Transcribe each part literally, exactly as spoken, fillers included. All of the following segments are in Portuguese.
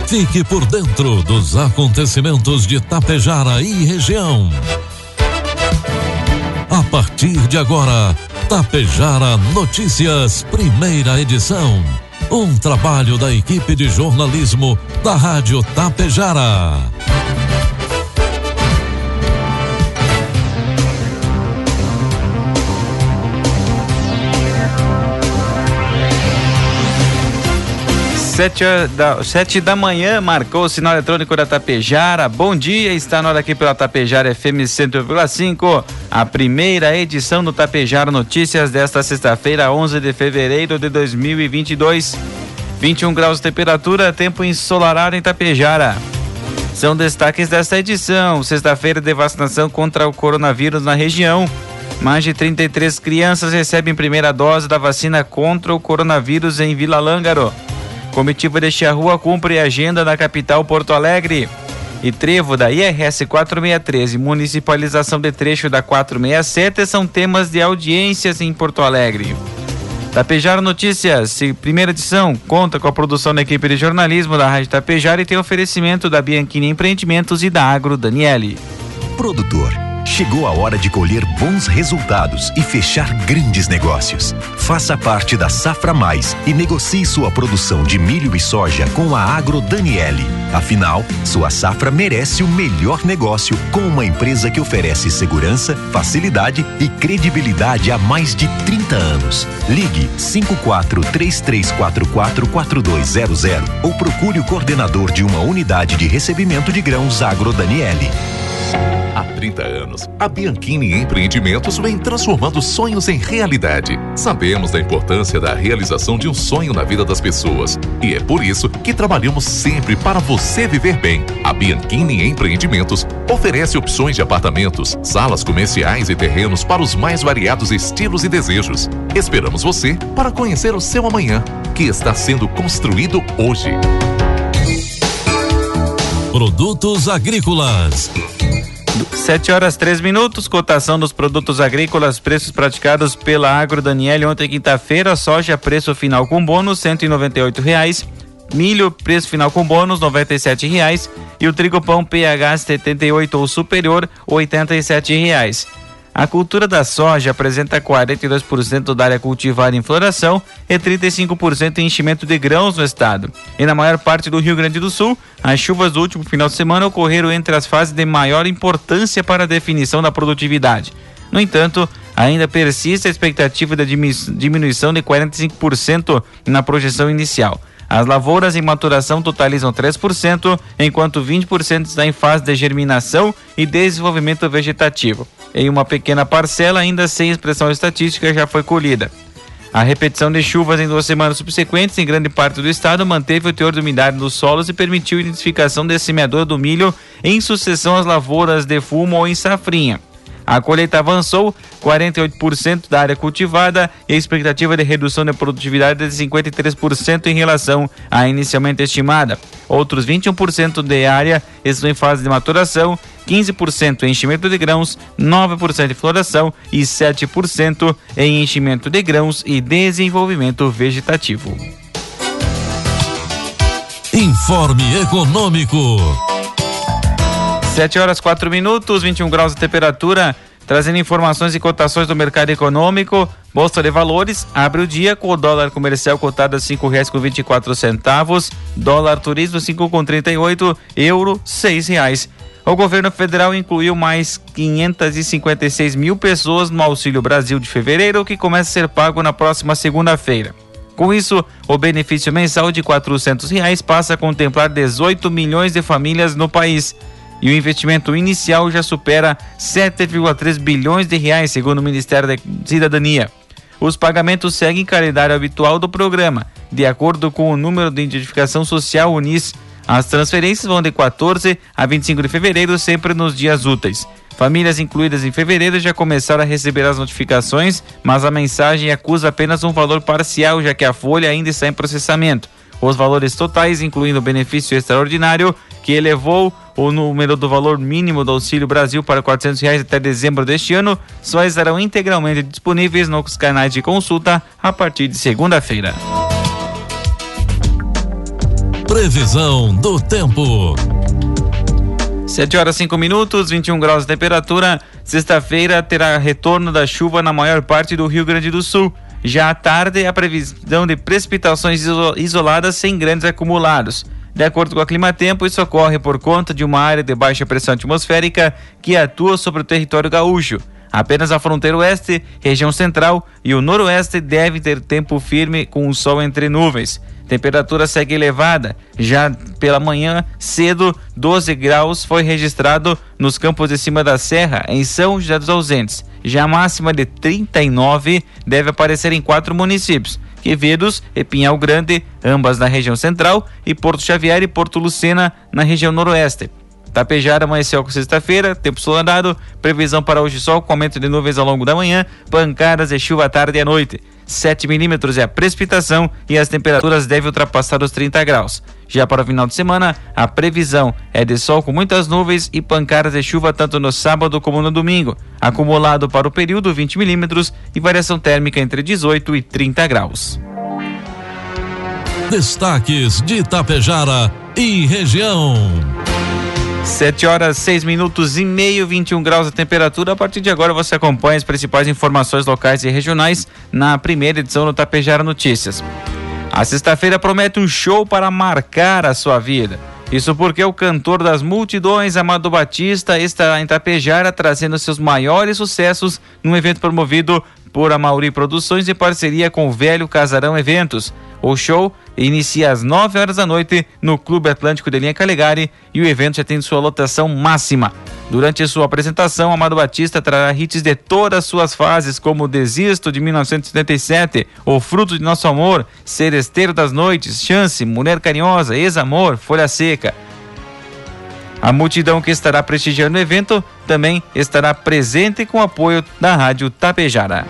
Fique por dentro dos acontecimentos de Tapejara e região. A partir de agora, Tapejara Notícias, primeira edição. Um trabalho da equipe de jornalismo da Rádio Tapejara. Sete, da, sete da manhã, marcou o sinal eletrônico da Tapejara. Bom dia, está na hora aqui pela Tapejara F M cento e um vírgula cinco, a primeira edição do Tapejara Notícias desta sexta-feira, onze de fevereiro de dois mil e vinte e dois. vinte e um graus de temperatura, tempo ensolarado em Tapejara. São destaques desta edição: sexta-feira de vacinação contra o coronavírus na região. Mais de trinta e três crianças recebem primeira dose da vacina contra o coronavírus em Vila Lângaro. Comitiva de Charrua cumpre a agenda na capital Porto Alegre. E trevo da I R S quatrocentos e sessenta e três e municipalização de trecho da quatrocentos e sessenta e sete são temas de audiências em Porto Alegre. Tapejara Notícias, primeira edição, conta com a produção da equipe de jornalismo da Rádio Tapejara e tem oferecimento da Bianchini Empreendimentos e da Agro Daniele. Produtor, chegou a hora de colher bons resultados e fechar grandes negócios. Faça parte da Safra Mais e negocie sua produção de milho e soja com a Agro Daniele. Afinal, sua safra merece o melhor negócio com uma empresa que oferece segurança, facilidade e credibilidade há mais de trinta anos. Ligue cinco quatro três três quatro quatro quatro dois zero zero ou procure o coordenador de uma unidade de recebimento de grãos Agro Daniele. Há trinta anos, a Bianchini Empreendimentos vem transformando sonhos em realidade. Sabemos da importância da realização de um sonho na vida das pessoas e é por isso que trabalhamos sempre para você viver bem. A Bianchini Empreendimentos oferece opções de apartamentos, salas comerciais e terrenos para os mais variados estilos e desejos. Esperamos você para conhecer o seu amanhã, que está sendo construído hoje. Produtos agrícolas. sete horas três minutos, cotação dos produtos agrícolas, preços praticados pela Agro Daniele ontem quinta-feira: soja preço final com bônus cento e noventa e oito reais, milho preço final com bônus noventa e sete reais e o trigo pão P H setenta e oito ou superior oitenta e sete reais. A cultura da soja apresenta quarenta e dois por cento da área cultivada em floração e trinta e cinco por cento em enchimento de grãos no estado. E na maior parte do Rio Grande do Sul, as chuvas do último final de semana ocorreram entre as fases de maior importância para a definição da produtividade. No entanto, ainda persiste a expectativa de diminuição de quarenta e cinco por cento na projeção inicial. As lavouras em maturação totalizam três por cento, enquanto vinte por cento está em fase de germinação e desenvolvimento vegetativo. Em uma pequena parcela, ainda sem expressão estatística, já foi colhida. A repetição de chuvas em duas semanas subsequentes em grande parte do estado manteve o teor de umidade nos solos e permitiu a identificação da semeadura do milho em sucessão às lavouras de fumo ou em safrinha. A colheita avançou quarenta e oito por cento da área cultivada e a expectativa de redução de produtividade é de cinquenta e três por cento em relação à inicialmente estimada. Outros vinte e um por cento de área estão em fase de maturação, quinze por cento em enchimento de grãos, nove por cento em floração e sete por cento em enchimento de grãos e desenvolvimento vegetativo. Informe Econômico. sete horas quatro minutos, vinte e um graus de temperatura, trazendo informações e cotações do mercado econômico. Bolsa de Valores abre o dia com o dólar comercial cotado a cinco reais com vinte e quatro centavos, dólar turismo cinco com trinta e oito, euro seis reais. O governo federal incluiu mais quinhentas e cinquenta e seis mil pessoas no Auxílio Brasil de fevereiro, que começa a ser pago na próxima segunda-feira. Com isso, o benefício mensal de quatrocentos reais passa a contemplar dezoito milhões de famílias no país. E o investimento inicial já supera sete vírgula três bilhões de reais, segundo o Ministério da Cidadania. Os pagamentos seguem calendário habitual do programa, de acordo com o número de identificação social U N I S. As transferências vão de quatorze a vinte e cinco de fevereiro, sempre nos dias úteis. Famílias incluídas em fevereiro já começaram a receber as notificações, mas a mensagem acusa apenas um valor parcial, já que a folha ainda está em processamento. Os valores totais, incluindo o benefício extraordinário, que elevou o número do valor mínimo do Auxílio Brasil para quatrocentos reais até dezembro deste ano, só estarão integralmente disponíveis nos canais de consulta a partir de segunda-feira. Previsão do tempo. sete horas cinco minutos, vinte e um graus de temperatura. Sexta-feira terá retorno da chuva na maior parte do Rio Grande do Sul. Já à tarde, a previsão de precipitações isoladas sem grandes acumulados. De acordo com a Climatempo, isso ocorre por conta de uma área de baixa pressão atmosférica que atua sobre o território gaúcho. Apenas a fronteira oeste, região central e o noroeste devem ter tempo firme com o sol entre nuvens. Temperatura segue elevada. Já pela manhã, cedo, doze graus foi registrado nos campos de cima da serra, em São José dos Ausentes. Já a máxima de trinta e nove deve aparecer em quatro municípios: Quevedos e Pinhal Grande, ambas na região central, e Porto Xavier e Porto Lucena, na região noroeste. Tapejara amanheceu com sexta-feira, tempo ensolarado, previsão para hoje sol com aumento de nuvens ao longo da manhã, pancadas e chuva à tarde e à noite. sete milímetros é a precipitação e as temperaturas devem ultrapassar os trinta graus. Já para o final de semana, a previsão é de sol com muitas nuvens e pancadas de chuva tanto no sábado como no domingo. Acumulado para o período vinte milímetros e variação térmica entre dezoito e trinta graus. Destaques de Tapejara e região. sete horas, seis minutos e meio, vinte e um graus de temperatura. A partir de agora você acompanha as principais informações locais e regionais na primeira edição do Tapejara Notícias. A sexta-feira promete um show para marcar a sua vida. Isso porque o cantor das multidões, Amado Batista, está em Tapejara trazendo seus maiores sucessos num evento promovido por Amauri Produções em parceria com o Velho Casarão Eventos. O show inicia às nove horas da noite no Clube Atlântico de Linha Calegari e o evento já tem sua lotação máxima. Durante sua apresentação, Amado Batista trará hits de todas as suas fases, como Desisto, de mil novecentos e setenta e sete, O Fruto de Nosso Amor, Seresteiro das Noites, Chance, Mulher Carinhosa, Ex-Amor, Folha Seca. A multidão que estará prestigiando o evento também estará presente com o apoio da Rádio Tapejara.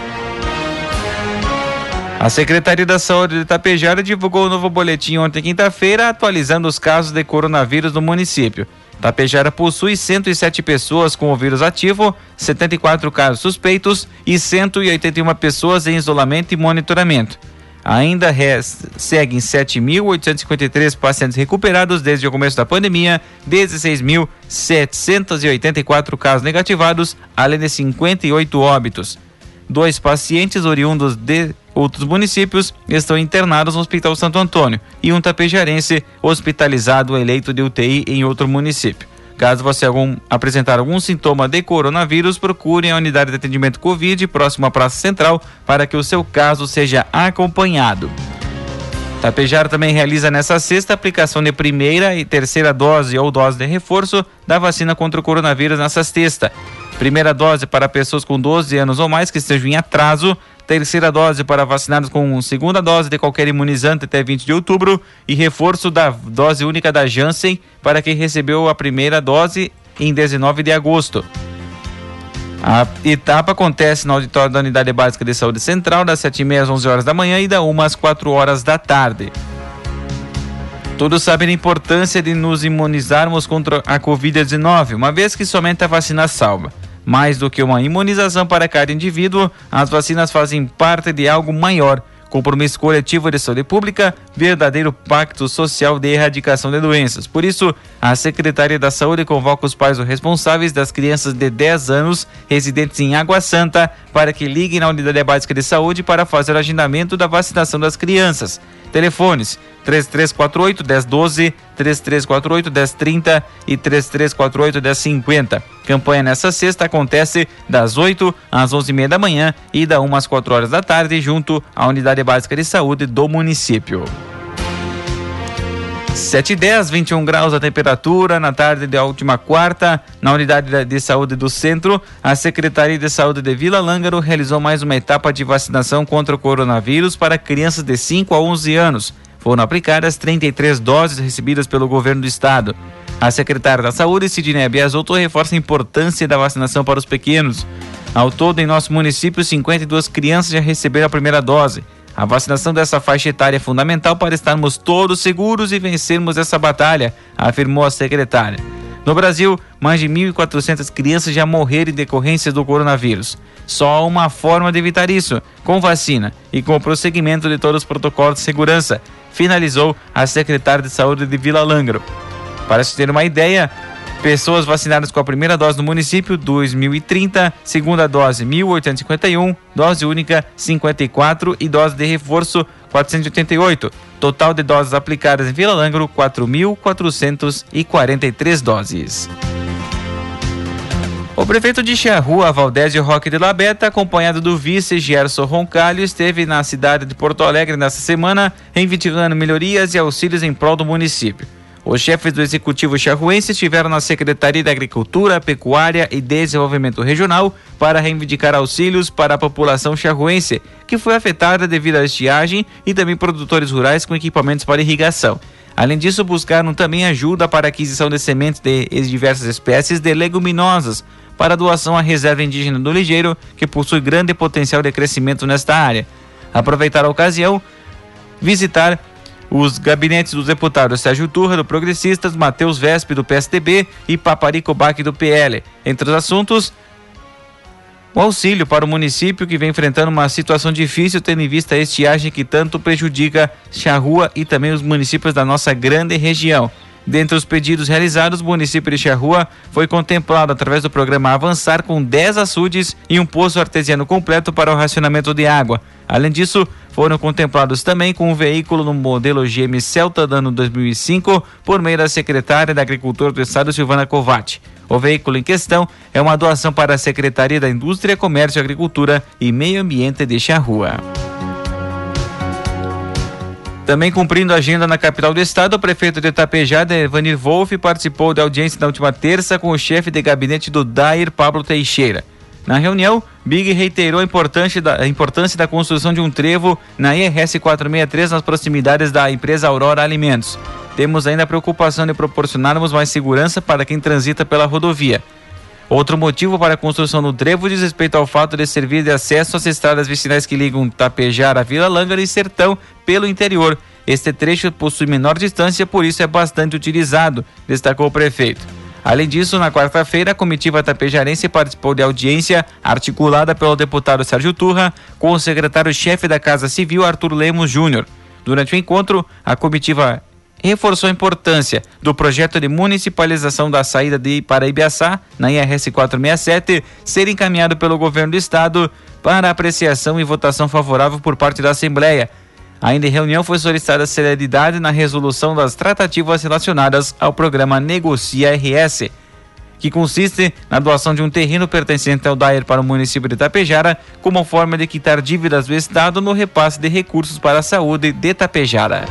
A Secretaria da Saúde de Tapejara divulgou o novo boletim ontem, quinta-feira, atualizando os casos de coronavírus no município. Tapejara possui cento e sete pessoas com o vírus ativo, setenta e quatro casos suspeitos e cento e oitenta e uma pessoas em isolamento e monitoramento. Ainda res, seguem sete mil oitocentos e cinquenta e três pacientes recuperados desde o começo da pandemia, dezesseis mil setecentos e oitenta e quatro casos negativados, além de cinquenta e oito óbitos. Dois pacientes oriundos de outros municípios estão internados no Hospital Santo Antônio e um tapejarense hospitalizado em leito de U T I em outro município. Caso você algum, apresentar algum sintoma de coronavírus, procure a unidade de atendimento Covid próximo à Praça Central para que o seu caso seja acompanhado. Tapejara também realiza nessa sexta a aplicação de primeira e terceira dose ou dose de reforço da vacina contra o coronavírus nessa sexta. Primeira dose para pessoas com doze anos ou mais que estejam em atraso, terceira dose para vacinados com segunda dose de qualquer imunizante até vinte de outubro e reforço da dose única da Janssen para quem recebeu a primeira dose em dezenove de agosto. A etapa acontece no auditório da Unidade Básica de Saúde Central, das sete e meia às onze horas da manhã e da uma às quatro horas da tarde. Todos sabem a importância de nos imunizarmos contra a covid dezenove, uma vez que somente a vacina salva. Mais do que uma imunização para cada indivíduo, as vacinas fazem parte de algo maior, compromisso coletivo de saúde pública, verdadeiro pacto social de erradicação de doenças. Por isso, a Secretaria da Saúde convoca os pais ou responsáveis das crianças de dez anos residentes em Água Santa para que liguem na Unidade Básica de Saúde para fazer o agendamento da vacinação das crianças. Telefones três três quatro oito, um zero um dois, três três quatro oito, um zero trinta e três três quatro oito, um zero cinquenta. Campanha nessa sexta acontece das oito às onze e meia da manhã e da uma às quatro horas da tarde, junto à Unidade Básica de Saúde do município. sete e dez, vinte e um graus a temperatura. Na tarde da última quarta, na Unidade de Saúde do Centro, a Secretaria de Saúde de Vila Lângaro realizou mais uma etapa de vacinação contra o coronavírus para crianças de cinco a onze anos. Foram aplicadas trinta e três doses recebidas pelo governo do estado. A secretária da Saúde, Sidney Biasotto, reforça a importância da vacinação para os pequenos. Ao todo, em nosso município, cinquenta e duas crianças já receberam a primeira dose. A vacinação dessa faixa etária é fundamental para estarmos todos seguros e vencermos essa batalha, afirmou a secretária. No Brasil, mais de mil e quatrocentas crianças já morreram em decorrência do coronavírus. Só há uma forma de evitar isso, com vacina e com o prosseguimento de todos os protocolos de segurança. finalizou a secretária de Saúde de Vila Lângaro. Para se ter uma ideia, pessoas vacinadas com a primeira dose no município, dois mil e trinta, segunda dose, mil oitocentos e cinquenta e um, dose única, cinquenta e quatro e dose de reforço, quatrocentos e oitenta e oito. Total de doses aplicadas em Vila Lângaro, quatro mil quatrocentos e quarenta e três doses. O prefeito de Charrua, Valdésio Roque de Labeta, acompanhado do vice Gerson Roncalho, esteve na cidade de Porto Alegre nesta semana, reivindicando melhorias e auxílios em prol do município. Os chefes do Executivo charruense estiveram na Secretaria da Agricultura, Pecuária e Desenvolvimento Regional para reivindicar auxílios para a população charruense, que foi afetada devido à estiagem, e também produtores rurais com equipamentos para irrigação. Além disso, buscaram também ajuda para a aquisição de sementes de diversas espécies de leguminosas, para doação à reserva indígena do Ligeiro, que possui grande potencial de crescimento nesta área. Aproveitar a ocasião, visitar os gabinetes dos deputados Sérgio Turra, do Progressistas, Matheus Vespe, do P S D B e Paparico Bac, do P L. Entre os assuntos, o auxílio para o município que vem enfrentando uma situação difícil, tendo em vista a estiagem que tanto prejudica Charrua e também os municípios da nossa grande região. Dentre os pedidos realizados, o município de Charrua foi contemplado através do programa Avançar com dez açudes e um poço artesiano completo para o racionamento de água. Além disso, foram contemplados também com um veículo no modelo G M Celta do ano dois mil e cinco, por meio da secretária da Agricultura do Estado, Silvana Covatti. O veículo em questão é uma doação para a Secretaria da Indústria, Comércio, Agricultura e Meio Ambiente de Charrua. Também cumprindo a agenda na capital do estado, o prefeito de Itapejara, Evanir Wolff, participou da audiência na última terça com o chefe de gabinete do D A I R, Pablo Teixeira. Na reunião, Big reiterou a importância da, a importância da construção de um trevo na I R S quatrocentos e sessenta e três nas proximidades da empresa Aurora Alimentos. Temos ainda a preocupação de proporcionarmos mais segurança para quem transita pela rodovia. Outro motivo para a construção do trevo diz respeito ao fato de servir de acesso às estradas vicinais que ligam Tapejara, Vila Lângaro e Sertão pelo interior. Este trecho possui menor distância, por isso é bastante utilizado, destacou o prefeito. Além disso, na quarta-feira, a comitiva tapejarense participou de audiência articulada pelo deputado Sérgio Turra com o secretário-chefe da Casa Civil, Arthur Lemos Júnior. Durante o encontro, a comitiva reforçou a importância do projeto de municipalização da saída de para Ibiaçá, na I R S quatrocentos e sessenta e sete, ser encaminhado pelo governo do estado para apreciação e votação favorável por parte da Assembleia. Ainda em reunião foi solicitada celeridade na resolução das tratativas relacionadas ao programa Negocia R S, que consiste na doação de um terreno pertencente ao D A I R para o município de Itapejara, como forma de quitar dívidas do estado no repasse de recursos para a saúde de Itapejara.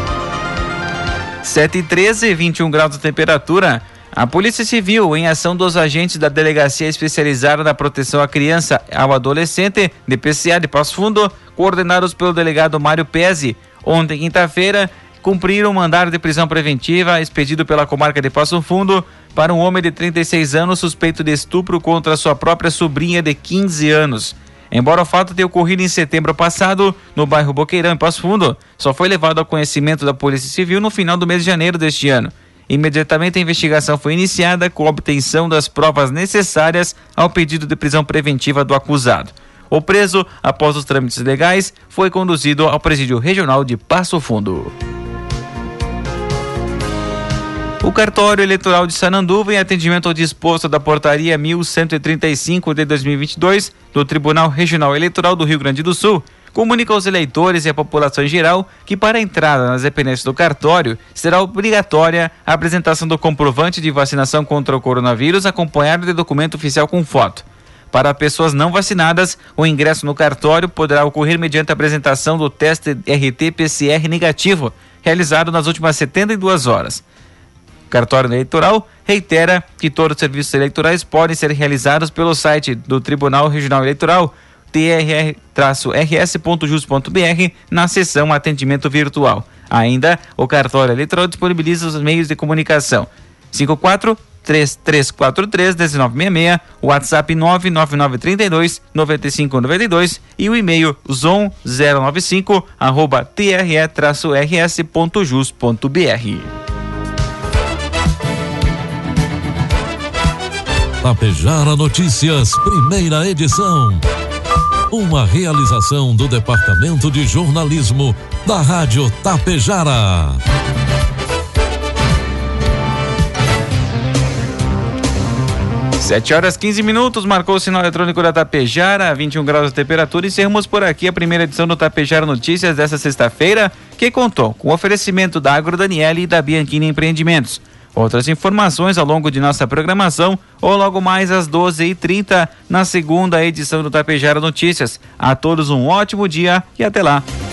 sete e treze, vinte e um graus de temperatura. A Polícia Civil, em ação dos agentes da Delegacia Especializada na Proteção à Criança e ao Adolescente, D P C A de Passo Fundo, coordenados pelo delegado Mário Pezzi, ontem, quinta-feira, cumpriram um mandado de prisão preventiva expedido pela comarca de Passo Fundo para um homem de trinta e seis anos suspeito de estupro contra sua própria sobrinha de quinze anos. Embora o fato tenha ocorrido em setembro passado, no bairro Boqueirão, em Passo Fundo, só foi levado ao conhecimento da Polícia Civil no final do mês de janeiro deste ano. Imediatamente a investigação foi iniciada com a obtenção das provas necessárias ao pedido de prisão preventiva do acusado. O preso, após os trâmites legais, foi conduzido ao presídio regional de Passo Fundo. O cartório eleitoral de Sananduva, em atendimento ao disposto da portaria mil cento e trinta e cinco de dois mil e vinte e dois do Tribunal Regional Eleitoral do Rio Grande do Sul, comunica aos eleitores e à população em geral que para a entrada nas dependências do cartório será obrigatória a apresentação do comprovante de vacinação contra o coronavírus acompanhado de documento oficial com foto. Para pessoas não vacinadas, o ingresso no cartório poderá ocorrer mediante a apresentação do teste R T P C R negativo, realizado nas últimas setenta e duas horas. O cartório eleitoral reitera que todos os serviços eleitorais podem ser realizados pelo site do Tribunal Regional Eleitoral, t r r r s ponto jus ponto b r, na seção Atendimento Virtual. Ainda, o cartório eleitoral disponibiliza os meios de comunicação cinco quatro três três quatro três um nove seis seis, WhatsApp nove nove nove três dois nove cinco nove dois e o e-mail zon zero nove cinco arroba t r e r s ponto jus ponto b r. Tapejara Notícias, primeira edição. uma realização do Departamento de Jornalismo da Rádio Tapejara. sete horas quinze minutos, marcou o sinal eletrônico da Tapejara, vinte e um graus de temperatura. Encerramos por aqui a primeira edição do Tapejara Notícias desta sexta-feira, que contou com o oferecimento da Agro Daniele e da Bianchini Empreendimentos. Outras informações ao longo de nossa programação ou logo mais às doze e trinta na segunda edição do Tapejara Notícias. A todos um ótimo dia e até lá.